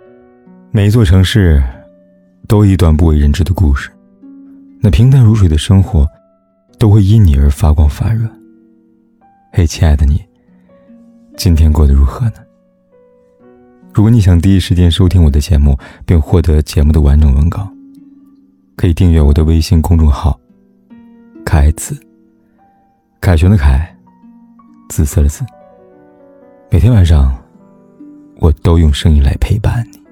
每一座城市都有一段不为人知的故事，那平淡如水的生活都会因你而发光发热。嘿，亲爱的你，今天过得如何呢？如果你想第一时间收听我的节目并获得节目的完整文稿，可以订阅我的微信公众号凯子，凯旋的凯，紫色的紫。每天晚上我都用声音来陪伴你。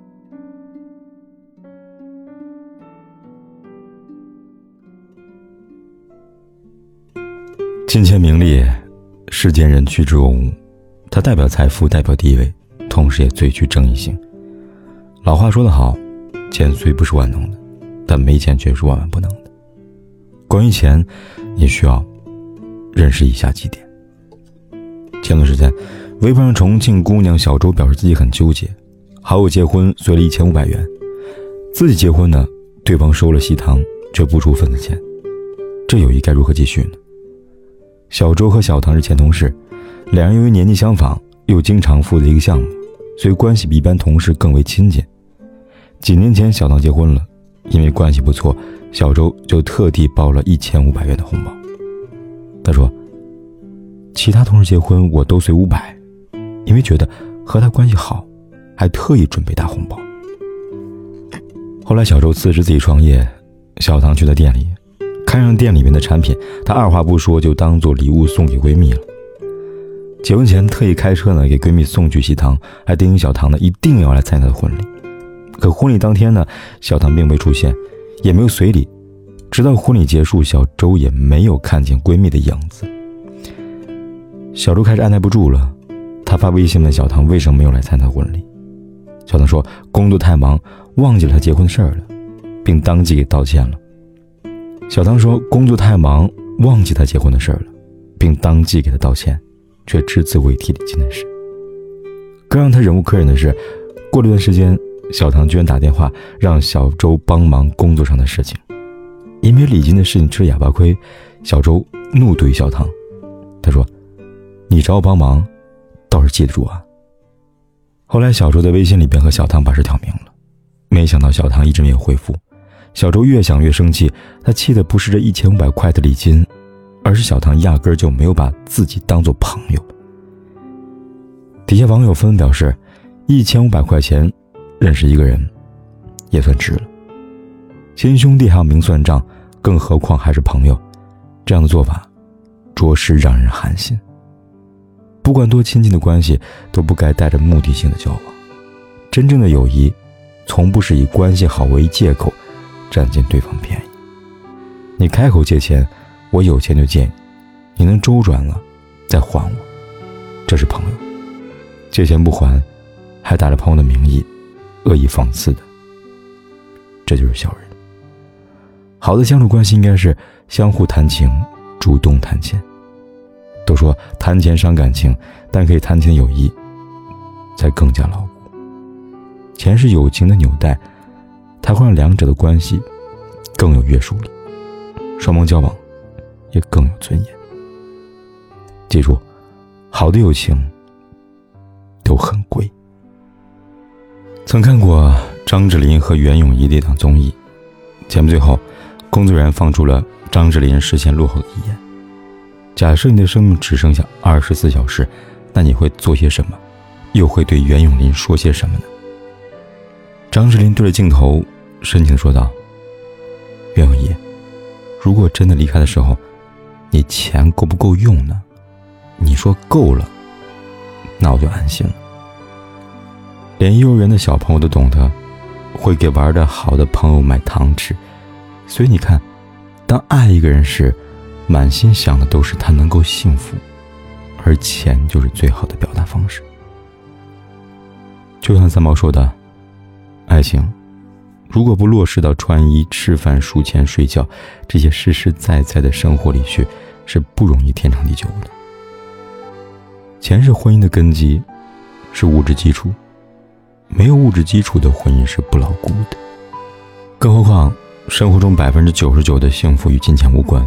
金钱名利，世间人趋之若鹜，它代表财富，代表地位，同时也最具争议性。老话说得好，钱虽不是万能的，但没钱却是万万不能的。关于钱，你需要认识以下几点。前段时间，微博上重庆姑娘小周表示自己很纠结，好友结婚随了1500元，自己结婚呢，对方收了喜糖却不出份子钱，这友谊该如何继续呢？小周和小唐是前同事，两人由于年纪相仿，又经常负责一个项目，所以关系比一般同事更为亲近。几年前小唐结婚了，因为关系不错，小周就特地包了1500元的红包。他说，其他同事结婚我都随500，因为觉得和他关系好，还特意准备大红包。后来小周辞职自己创业，小唐去了店里，看上店里面的产品，她二话不说就当做礼物送给闺蜜了。结婚前特意开车呢给闺蜜送去喜糖，还叮咛小唐呢一定要来参加她的婚礼。可婚礼当天呢，小唐并没出现，也没有随礼，直到婚礼结束，小周也没有看见闺蜜的影子。小周开始按耐不住了，她发微信问小唐为什么没有来参加婚礼。小唐说工作太忙，忘记了她结婚的事儿了，并当即给道歉了。小唐说工作太忙，忘记他结婚的事儿了，并当即给他道歉，却只字未提礼金的事。更让他忍无可忍的是，过了一段时间，小唐居然打电话让小周帮忙工作上的事情。因为礼金的事情吃了哑巴亏，小周怒怼小唐，他说你找我帮忙倒是记得住啊。后来小周在微信里边和小唐把事挑明了，没想到小唐一直没有回复。小周越想越生气，他气的不是这1500块的礼金，而是小唐压根就没有把自己当作朋友。底下网友纷纷表示，1500块钱认识一个人也算值了，亲兄弟还要明算账，更何况还是朋友，这样的做法着实让人寒心。不管多亲近的关系，都不该带着目的性的交往。真正的友谊从不是以关系好为借口占尽对方便宜。你开口借钱，我有钱就借你，你能周转了再还我，这是朋友。借钱不还，还打着朋友的名义恶意放肆的，这就是小人。好的相处关系应该是相互谈情，主动谈钱。都说谈钱伤感情，但可以谈钱的友谊才更加牢固。钱是友情的纽带，它会让两者的关系更有约束力，双方交往也更有尊严。记住，好的友情都很贵。曾看过张智霖和袁咏仪的一档综艺，节目最后，工作人员放出了张智霖实现落后的遗言：假设你的生命只剩下24小时，那你会做些什么？又会对袁咏琳说些什么呢？张智霖对着镜头深情地说道：袁咏仪，如果真的离开的时候，你钱够不够用呢？你说够了，那我就安心了。连幼儿园的小朋友都懂得会给玩得好的朋友买糖吃，所以你看，当爱一个人时，满心想的都是他能够幸福，而钱就是最好的表达方式。就像三毛说的，爱情如果不落实到穿衣、吃饭、数钱、睡觉这些实实在在的生活里去，是不容易天长地久的。钱是婚姻的根基，是物质基础，没有物质基础的婚姻是不牢固的。更何况生活中99%的幸福与金钱无关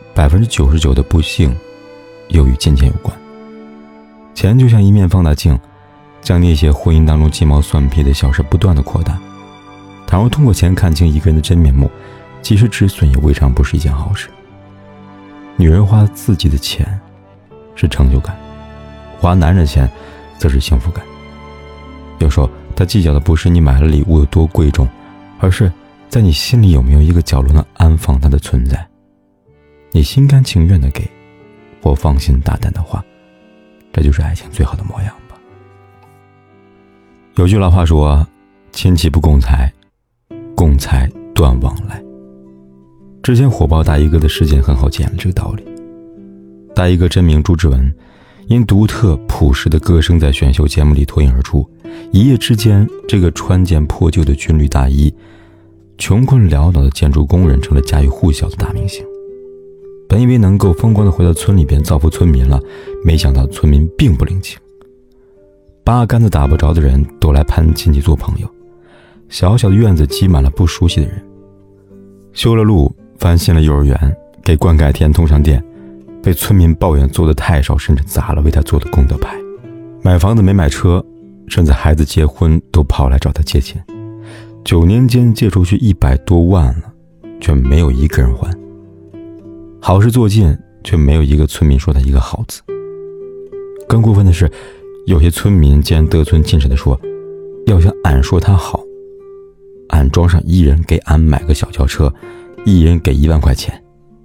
，99%的不幸又与金钱有关。钱就像一面放大镜， 将那些婚姻当中鸡毛蒜皮的小事不断的扩大。倘若通过钱看清一个人的真面目，及时止损也未尝不是一件好事。女人花自己的钱是成就感，花男人钱则是幸福感。有时候他计较的不是你买了礼物有多贵重，而是在你心里有没有一个角落能安放他的存在。你心甘情愿的给，或放心大胆的花，这就是爱情最好的模样吧。有句老话说，亲戚不共财，共财断往来。之前火爆大衣哥的事件很好检验这个道理。大衣哥真名朱之文，因独特朴实的歌声在选秀节目里脱颖而出，一夜之间，这个穿件破旧的军绿大衣、穷困潦倒的建筑工人成了家喻户晓的大明星。本以为能够风光地回到村里边造福村民了，没想到村民并不领情。八竿子打不着的人都来攀亲戚做朋友，小小的院子挤满了不熟悉的人。修了路，翻新了幼儿园，给灌溉田通上电，被村民抱怨做得太少，甚至砸了为他做的功德牌。买房子没买车，甚至孩子结婚都跑来找他借钱。9年间借出去100多万了，却没有一个人还。好事做尽，却没有一个村民说他一个好字。更过分的是，有些村民竟然得寸进尺地说，要想俺说他好，俺庄上一人给俺买个小轿车，一人给1万块钱。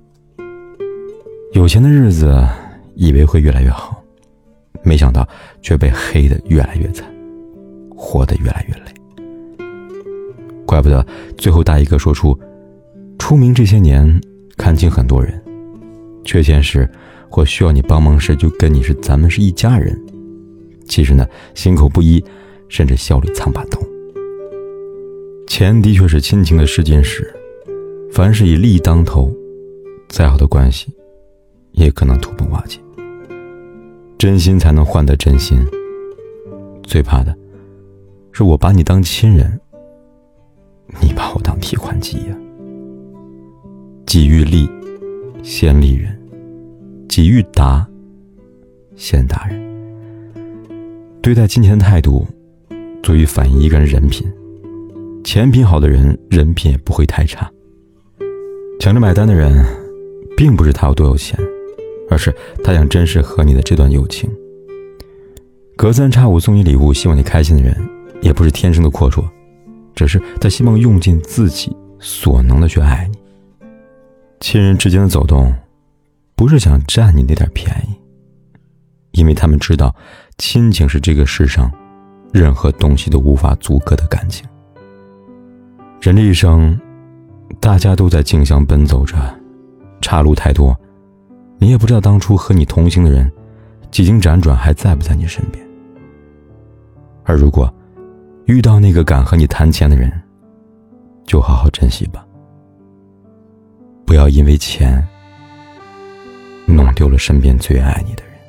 有钱的日子以为会越来越好，没想到却被黑得越来越惨，活得越来越累。怪不得最后大衣哥说出，出名这些年看清很多人，缺钱时或需要你帮忙时就跟你是咱们是一家人，其实呢心口不一，甚至笑里藏把刀。钱的确是亲情的试金石，凡是以利益当头，再好的关系也可能土崩瓦解。真心才能换得真心，最怕的是我把你当亲人，你把我当提款机呀。己欲利先利人，己欲达先达人。对待金钱的态度足以反映一个人人品，钱品好的人人品也不会太差。抢着买单的人并不是他有多有钱，而是他想珍视和你的这段友情。隔三差五送你礼物希望你开心的人也不是天生的阔绰，只是他希望用尽自己所能的去爱你。亲人之间的走动不是想占你那点便宜，因为他们知道亲情是这个世上任何东西都无法阻隔的感情。人这一生大家都在竞相奔走着，岔路太多，你也不知道当初和你同行的人几经辗转还在不在你身边。而如果遇到那个敢和你谈钱的人，就好好珍惜吧，不要因为钱弄丢了身边最爱你的人。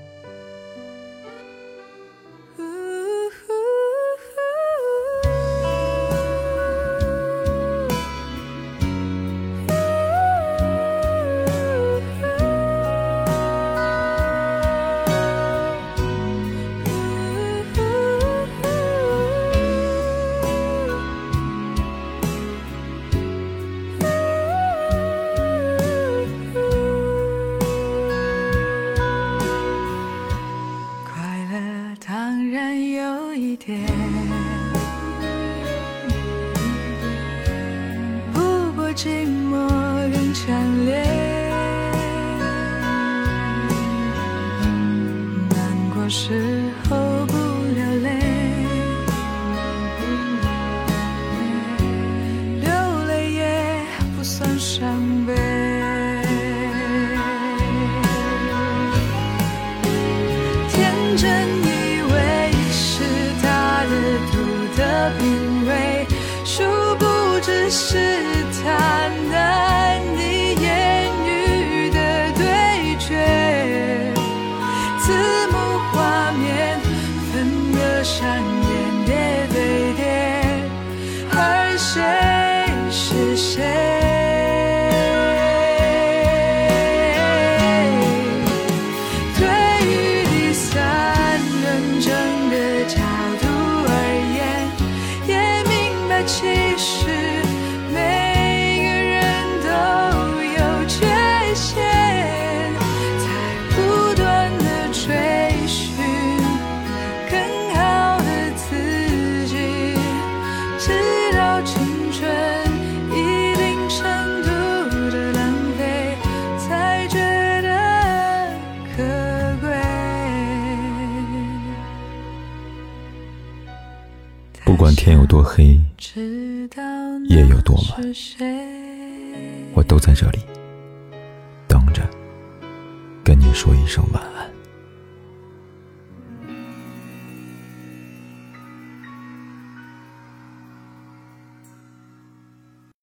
不过寂寞更强烈，难过时候不流泪，流泪也不算伤悲。天真以为是他的独特品味，殊不知是他难以言语的对决。字幕画面分割上演叠对叠，而谁是谁？对于第三人称的角度其实每个人都有缺陷，才不断地追寻更好的自己，直到青春一定程度的浪费，才觉得可贵。 不管天有多黑，夜有多晚，我都在这里等着跟你说一声晚安。